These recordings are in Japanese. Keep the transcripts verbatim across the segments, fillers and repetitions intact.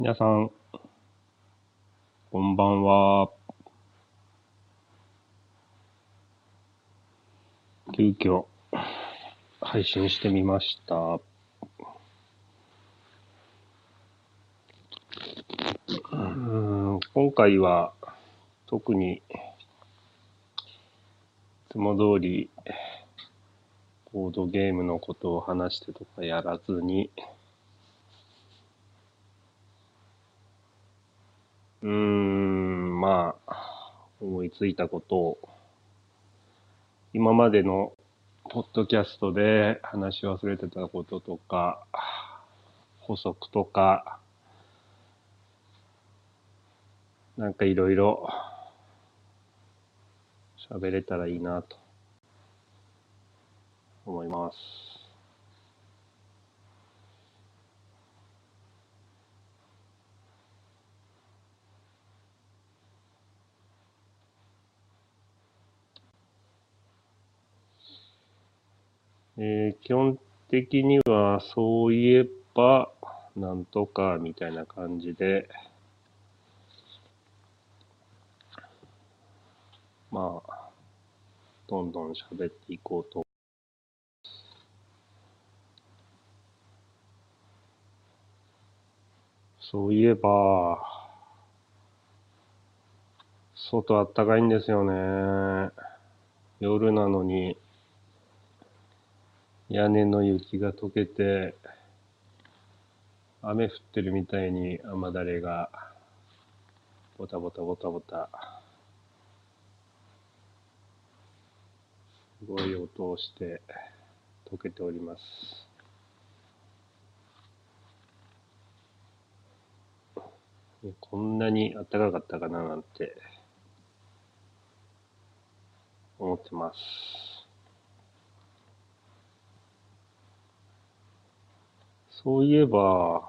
皆さん、こんばんは。急遽配信してみました。うーん今回は特にいつも通りボードゲームのことを話してとかやらずに、うーん、まあ、思いついたことを今までのポッドキャストで話し忘れてたこととか、補足とか、なんかいろいろ喋れたらいいなと思います。えー基本的にはそういえばなんとかみたいな感じで、まあどんどん喋っていこうと。そういえば外あったかいんですよね。夜なのに屋根の雪が溶けて雨降ってるみたいに雨だれがボタボタボタボタすごい音をして溶けております。こんなに暖かかったかななんて思ってます。そういえば、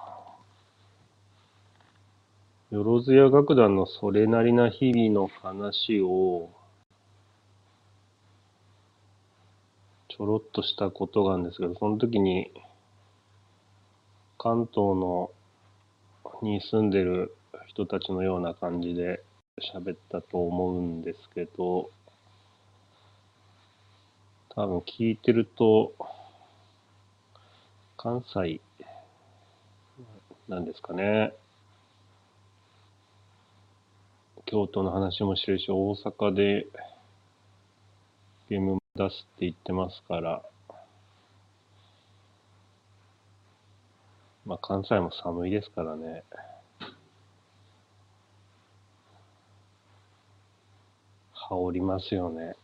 よろずや楽団のそれなりな日々の話をちょろっとしたことがあるんですけど、その時に関東のに住んでる人たちのような感じで喋ったと思うんですけど、多分聞いてると関西なんですかね。京都の話もしてるし、大阪でゲーム出すって言ってますから、まあ関西も寒いですからね。羽織りますよね。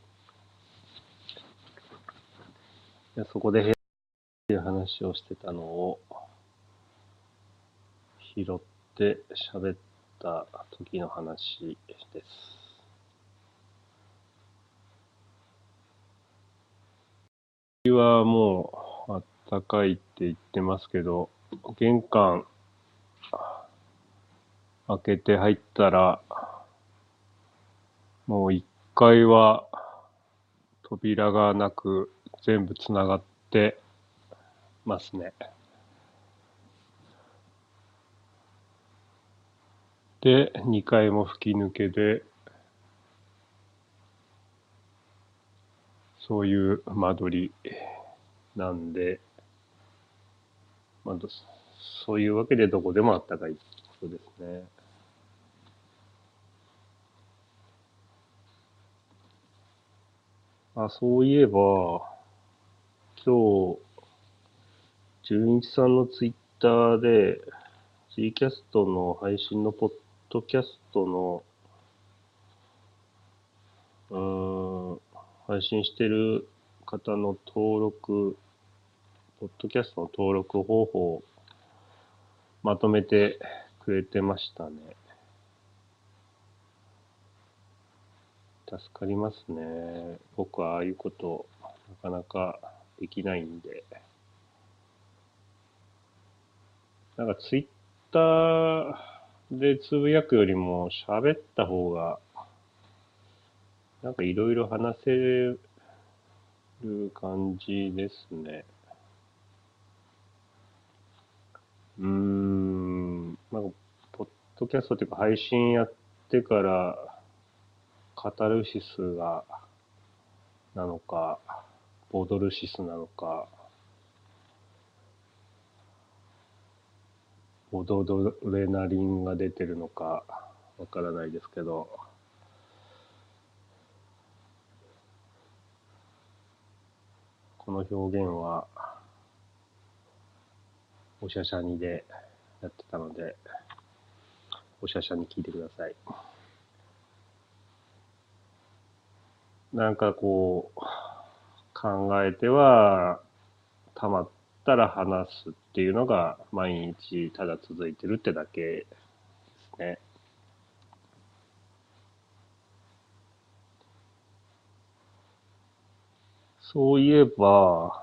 でそこでっていう話をしてたのを拾って喋った時の話です。日はもうあったかいって言ってますけど、玄関開けて入ったらもういっかいは扉がなく全部つながってますね。で、にかいも吹き抜けで、そういう間取りなんで、まあ、どそういうわけでどこでもあったかいってことですね。あ、そういえば、今日、純一さんのツイッターで、G キャストの配信のポッドキャストの、うーん、配信してる方の登録、ポッドキャストの登録方法をまとめてくれてましたね。助かりますね。僕はああいうことなかなかできないんで。なんかツイッターでつぶやくよりも喋った方がなんかいろいろ話せる感じですね。うーん。 なんか、ポッドキャストっていうか配信やってから、カタルシスが、なのか、ボドルシスなのか、ボドドレナリンが出てるのか、わからないですけど、この表現は、おしゃしゃにでやってたので、おしゃしゃに聞いてください。なんかこう、考えては、たまったら話すっていうのが毎日ただ続いてるってだけですね。そういえば、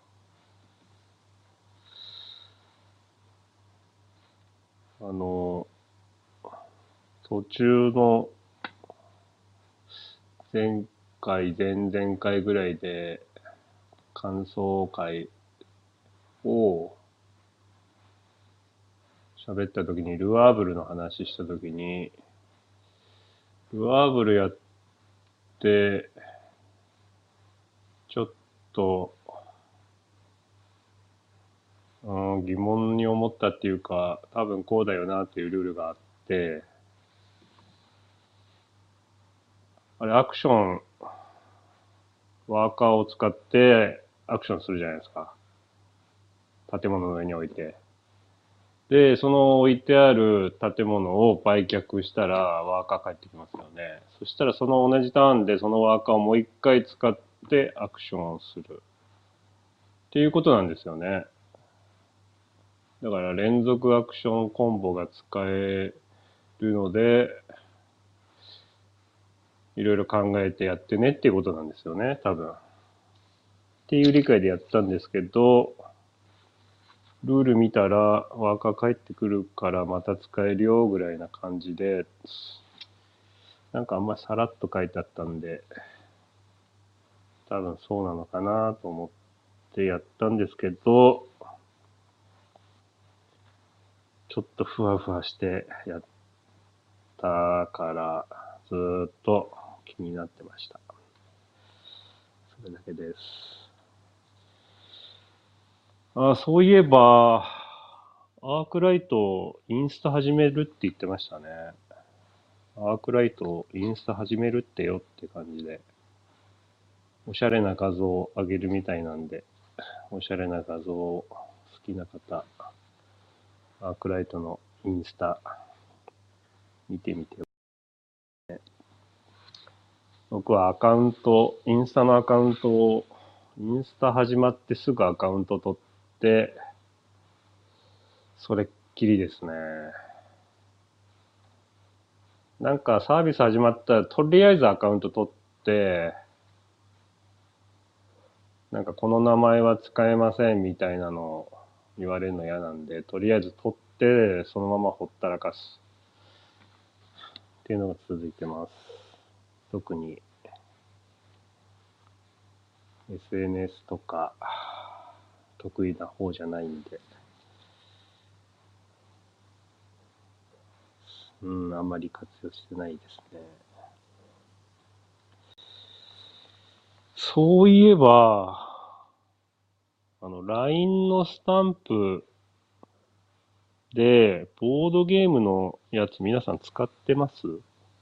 あの、途中の前回、前々回ぐらいで感想会を喋った時にルアーブルの話した時に、ルアーブルやってちょっと、うん、疑問に思ったっていうか、多分こうだよなっていうルールがあって、あれアクション、ワーカーを使ってアクションするじゃないですか。建物の上に置いて。で、その置いてある建物を売却したらワーカー返ってきますよね。そしたらその同じターンでそのワーカーをもう一回使ってアクションをする。っていうことなんですよね。だから連続アクションコンボが使えるので、いろいろ考えてやってねっていうことなんですよね、多分。っていう理解でやったんですけど、ルール見たらワーカー帰ってくるからまた使えるよぐらいな感じで、なんかあんまりさらっと書いてあったんで、多分そうなのかなと思ってやったんですけど、ちょっとふわふわしてやったからずーっと気になってました。それだけです。あ、そういえば、アークライトインスタ始めるって言ってましたね。アークライトインスタ始めるってよって感じで、おしゃれな画像を上げるみたいなんで、おしゃれな画像好きな方、アークライトのインスタ見てみて。僕はアカウント、インスタのアカウントを、インスタ始まってすぐアカウント取って、それっきりですね。なんかサービス始まったら、とりあえずアカウント取って、なんかこの名前は使えませんみたいなのを言われるの嫌なんで、とりあえず取って、そのままほったらかすっていうのが続いてます。特に エスエヌエス とか得意な方じゃないんで、うん、あんまり活用してないですね。そういえば、あの、ライン のスタンプで、ボードゲームのやつ皆さん使ってます？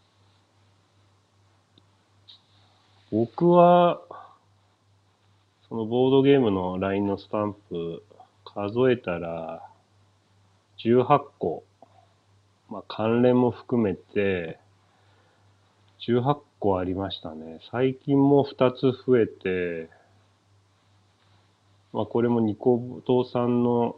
僕は、そのボードゲームの ライン のスタンプ数えたらじゅうはっこ、まあ関連も含めてじゅうはっこありましたね。最近もふたつ増えて、まあこれもニコトさんの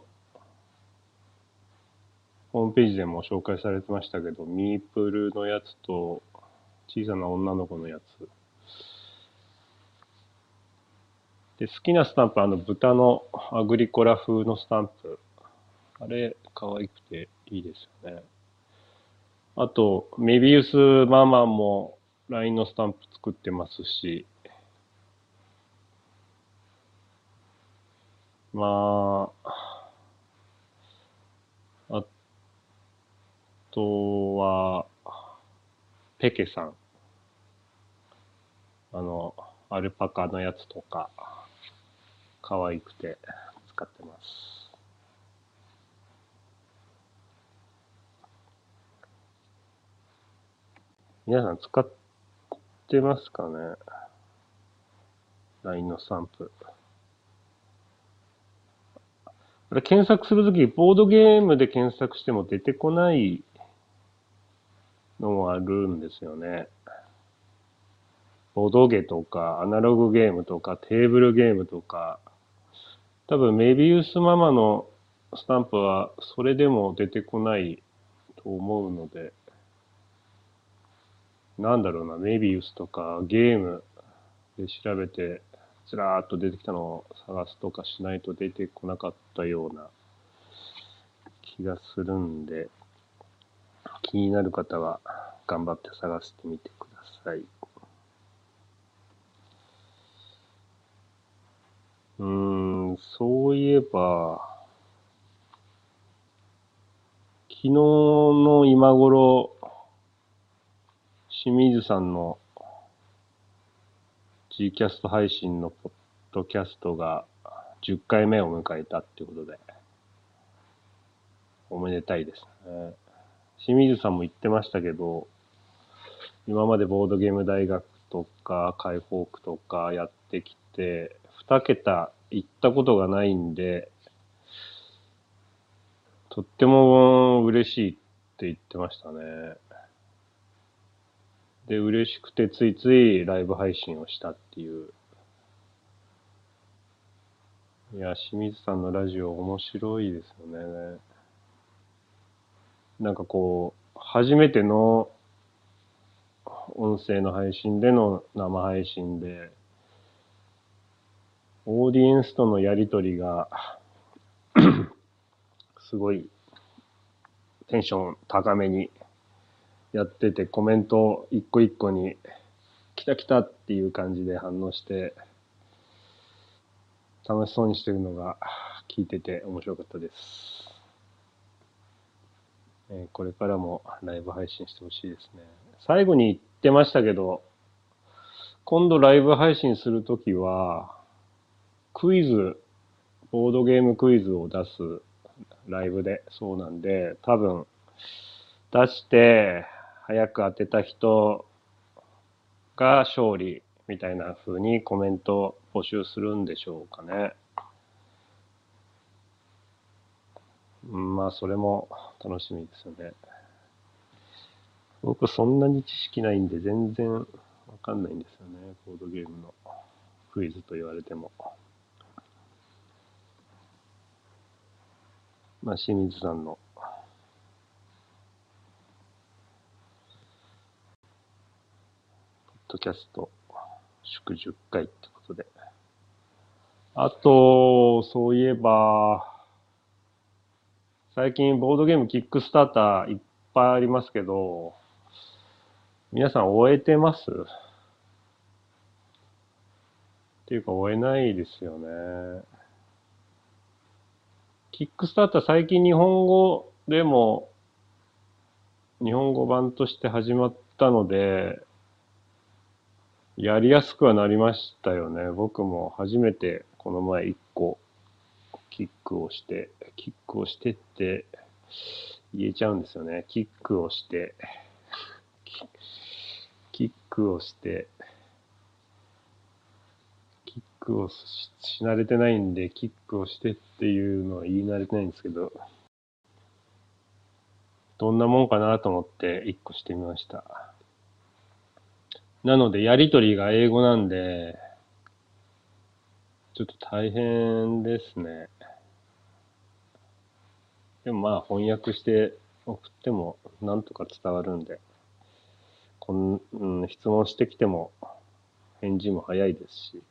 ホームページでも紹介されてましたけど、ミープルのやつと小さな女の子のやつ。で、好きなスタンプはあの豚のアグリコラ風のスタンプ。あれ、可愛くていいですよね。あと、メビウスママも ライン のスタンプ作ってますし、まあ、あとは、ペケさん。あの、アルパカのやつとか、可愛くて使ってます。皆さん使ってますかね？ ライン のスタンプ。これ検索するとき、ボードゲームで検索しても出てこないのもあるんですよね。ボドゲとか、アナログゲームとか、テーブルゲームとか、多分メビウスママのスタンプはそれでも出てこないと思うので、なんだろうな、メビウスとかゲームで調べて、ずらーっと出てきたのを探すとかしないと出てこなかったような気がするんで、気になる方は頑張って探してみてください。うーん、そういえば、昨日の今頃、清水さんの G キャスト配信のポッドキャストがじゅっかいめを迎えたってことで、おめでたいですね。清水さんも言ってましたけど、今までボードゲーム大学とか解放区とかやってきて、に桁行ったことがないんで、とっても嬉しいって言ってましたね。で、嬉しくてついついライブ配信をしたっていう。いや、清水さんのラジオ面白いですよね。なんかこう、初めての音声の配信での生配信で、オーディエンスとのやりとりがすごいテンション高めにやってて、コメント一個一個に来た来たっていう感じで反応して楽しそうにしてるのが聞いてて面白かったです。えーこれからもライブ配信してほしいですね。最後に言ってましたけど、今度ライブ配信するときはクイズ、ボードゲームクイズを出すライブでそうなんで、多分出して早く当てた人が勝利みたいな風にコメント募集するんでしょうかね。うん、まあそれも楽しみですよね。僕そんなに知識ないんで全然わかんないんですよね。ボードゲームのクイズと言われても。まあ清水さんのポッドキャスト祝じゅっかいってことで。あと、そういえば、最近ボードゲームキックスターターいっぱいありますけど、皆さん終えてますっていうか終えないですよね。キックスターター最近日本語でも日本語版として始まったので、やりやすくはなりましたよね。僕も初めてこの前いっこキックをして、キックをしてって言えちゃうんですよね。キックをして、キックをして、キックをしし慣れてないんで、キックをしてっていうのは言い慣れてないんですけど、どんなもんかなと思っていっこしてみました。なので、やりとりが英語なんで、ちょっと大変ですね。でもまあ翻訳して送ってもなんとか伝わるんで、こん、うん、質問してきても返事も早いですし。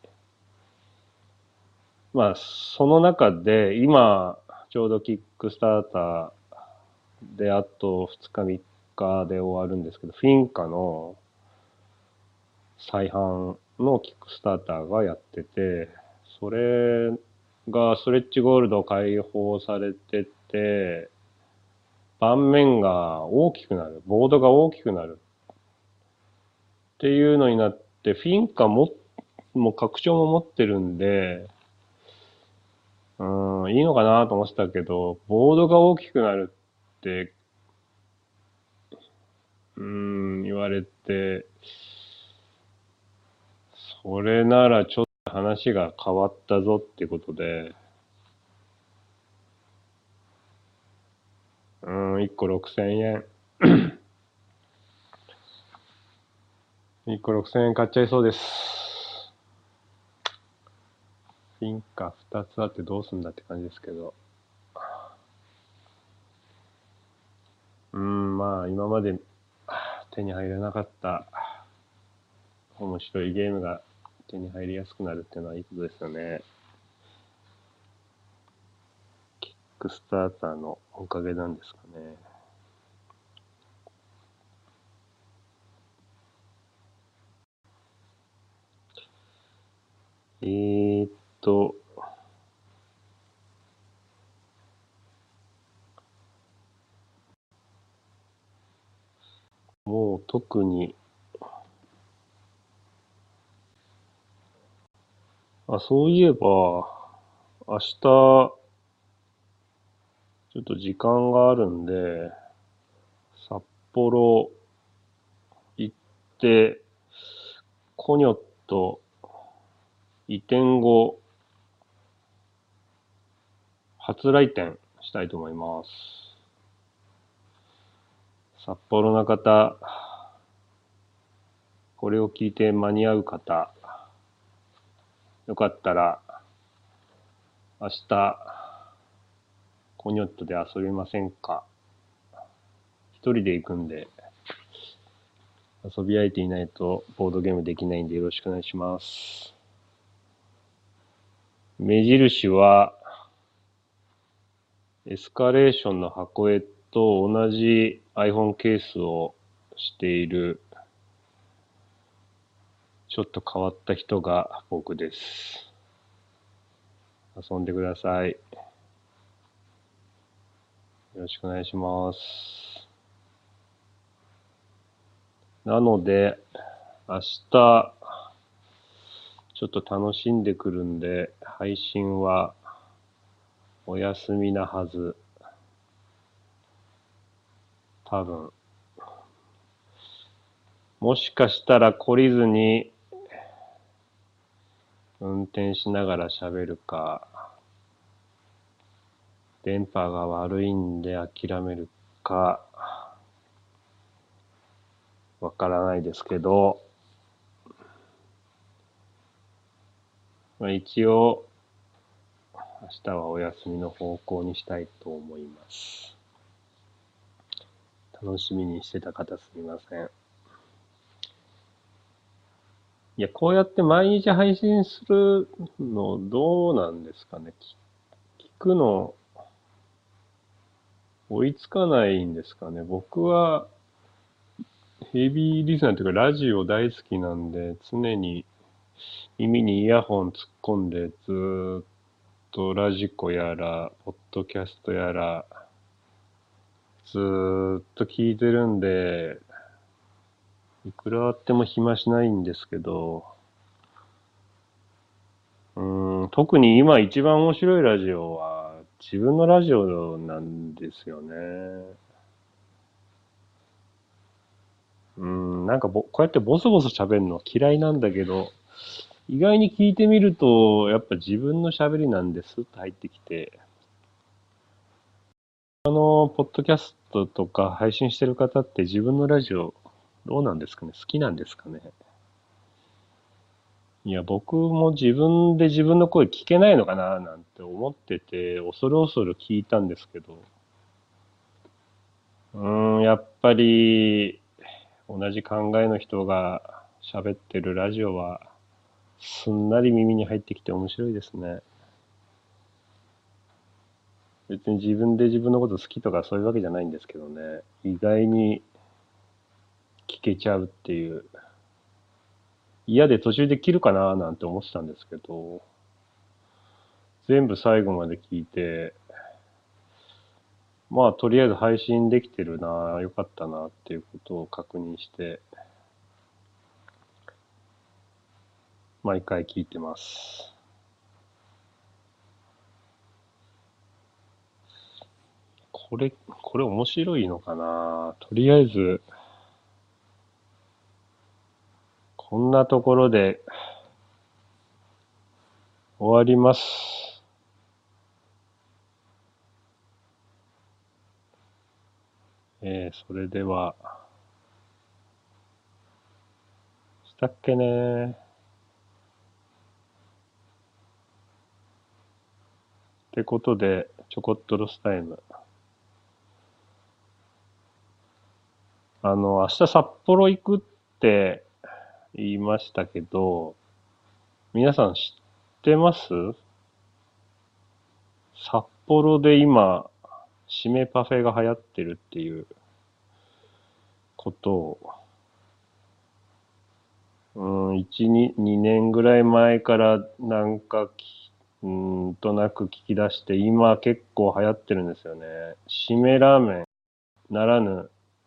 まあ、その中で今、ちょうどキックスターターであとふつかみっかで終わるんですけど、フィンカの再販のキックスターターがやってて、それがストレッチゴールド開放されてて、 盤面が大きくなる、ボードが大きくなるっていうのになって、フィンカも、もう拡張も持ってるんで、うん、いいのかなと思ってたけど、ボードが大きくなるって、うん、言われて、それならちょっと話が変わったぞってことで、うん、いっころくせんえん。いっころくせんえん買っちゃいそうです。フィンカふたつあってどうすんだって感じですけど。うん、まあ今まで手に入らなかった面白いゲームが手に入りやすくなるっていうのはいいことですよね。キックスターターのおかげなんですかね。えーっと、もう特に、あ、そういえば、明日、ちょっと時間があるんで、札幌行って、コニョット移転後、初来店したいと思います。札幌の方、これを聞いて間に合う方、よかったら、明日、コニョットで遊びませんか？一人で行くんで、遊び相手いないとボードゲームできないんでよろしくお願いします。目印は、エスカレーションの箱絵と同じ iPhone ケースをしている、ちょっと変わった人が僕です。遊んでください。よろしくお願いします。なので、明日、ちょっと楽しんでくるんで、配信はお休みなはず。多分。もしかしたら懲りずに運転しながら喋るか、電波が悪いんで諦めるか、わからないですけど、まあ、一応、明日はお休みの方向にしたいと思います。楽しみにしてた方すみません。いや、こうやって毎日配信するのどうなんですかね。聞くの追いつかないんですかね。僕はヘビーリスナーというかラジオ大好きなんで、常に耳にイヤホン突っ込んでずーっとラジコやら、ポッドキャストやら、ずーっと聞いてるんで、いくらあっても暇しないんですけど、うーん、特に今一番面白いラジオは自分のラジオなんですよね。うーん、なんかぼ、こうやってボソボソ喋るの嫌いなんだけど、意外に聞いてみると、やっぱ自分の喋りなんですって入ってきて、あの、ポッドキャストとか配信してる方って自分のラジオどうなんですかね？好きなんですかね？いや、僕も自分で自分の声聞けないのかななんて思ってて、恐る恐る聞いたんですけど、うーん、やっぱり同じ考えの人が喋ってるラジオはすんなり耳に入ってきて面白いですね。別に自分で自分のこと好きとかそういうわけじゃないんですけどね。意外に聞けちゃうっていう。嫌で途中で切るかななんて思ってたんですけど、全部最後まで聞いて、 まあ、とりあえず配信できてるな、よかったなっていうことを確認して、毎回聞いてます。これ、これ面白いのかな。とりあえず、こんなところで終わります。えー、それでは、したっけね。ってことで、ちょこっとロスタイム。あの、明日札幌行くって言いましたけど、皆さん知ってます？札幌で今、締めパフェが流行ってるっていうことを、うん、いち、に、にねんぐらい前からなんかき、うーんとなく聞き出して、今結構流行ってるんですよね。締めラーメンならぬ、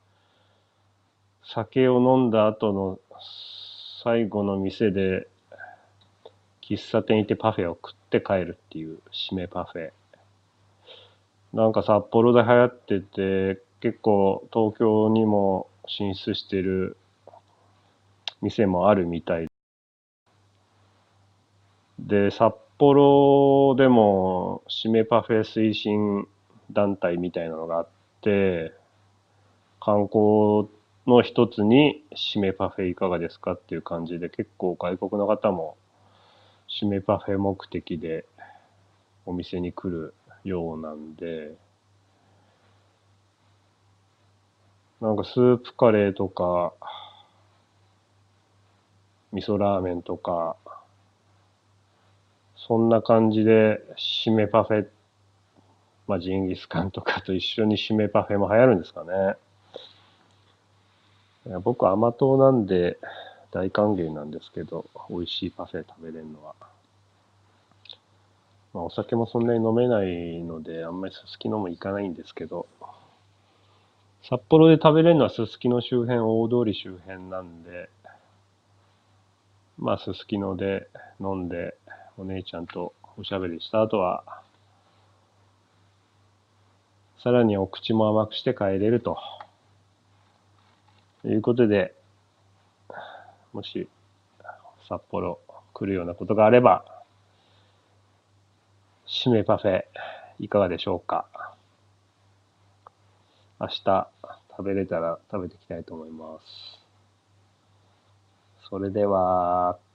酒を飲んだ後の最後の店で、喫茶店行ってパフェを食って帰るっていう締めパフェ。なんか札幌で流行ってて、結構東京にも進出してる店もあるみたいで、札幌でも締めパフェ推進団体みたいなのがあって、観光の一つに締めパフェいかがですかっていう感じで、結構外国の方も締めパフェ目的でお店に来るようなんで、なんかスープカレーとか、味噌ラーメンとか、そんな感じで締めパフェ、まあジンギスカンとかと一緒に締めパフェも流行るんですかね。いや僕甘党なんで大歓迎なんですけど、美味しいパフェ食べれるのは。まあお酒もそんなに飲めないので、あんまりすすきのも行かないんですけど、札幌で食べれるのはすすきの周辺、大通り周辺なんで、まあすすきので飲んで、お姉ちゃんとおしゃべりした後は、さらにお口も甘くして帰れるということで、もし札幌来るようなことがあれば、締めパフェいかがでしょうか。明日食べれたら食べていきたいと思います。それでは。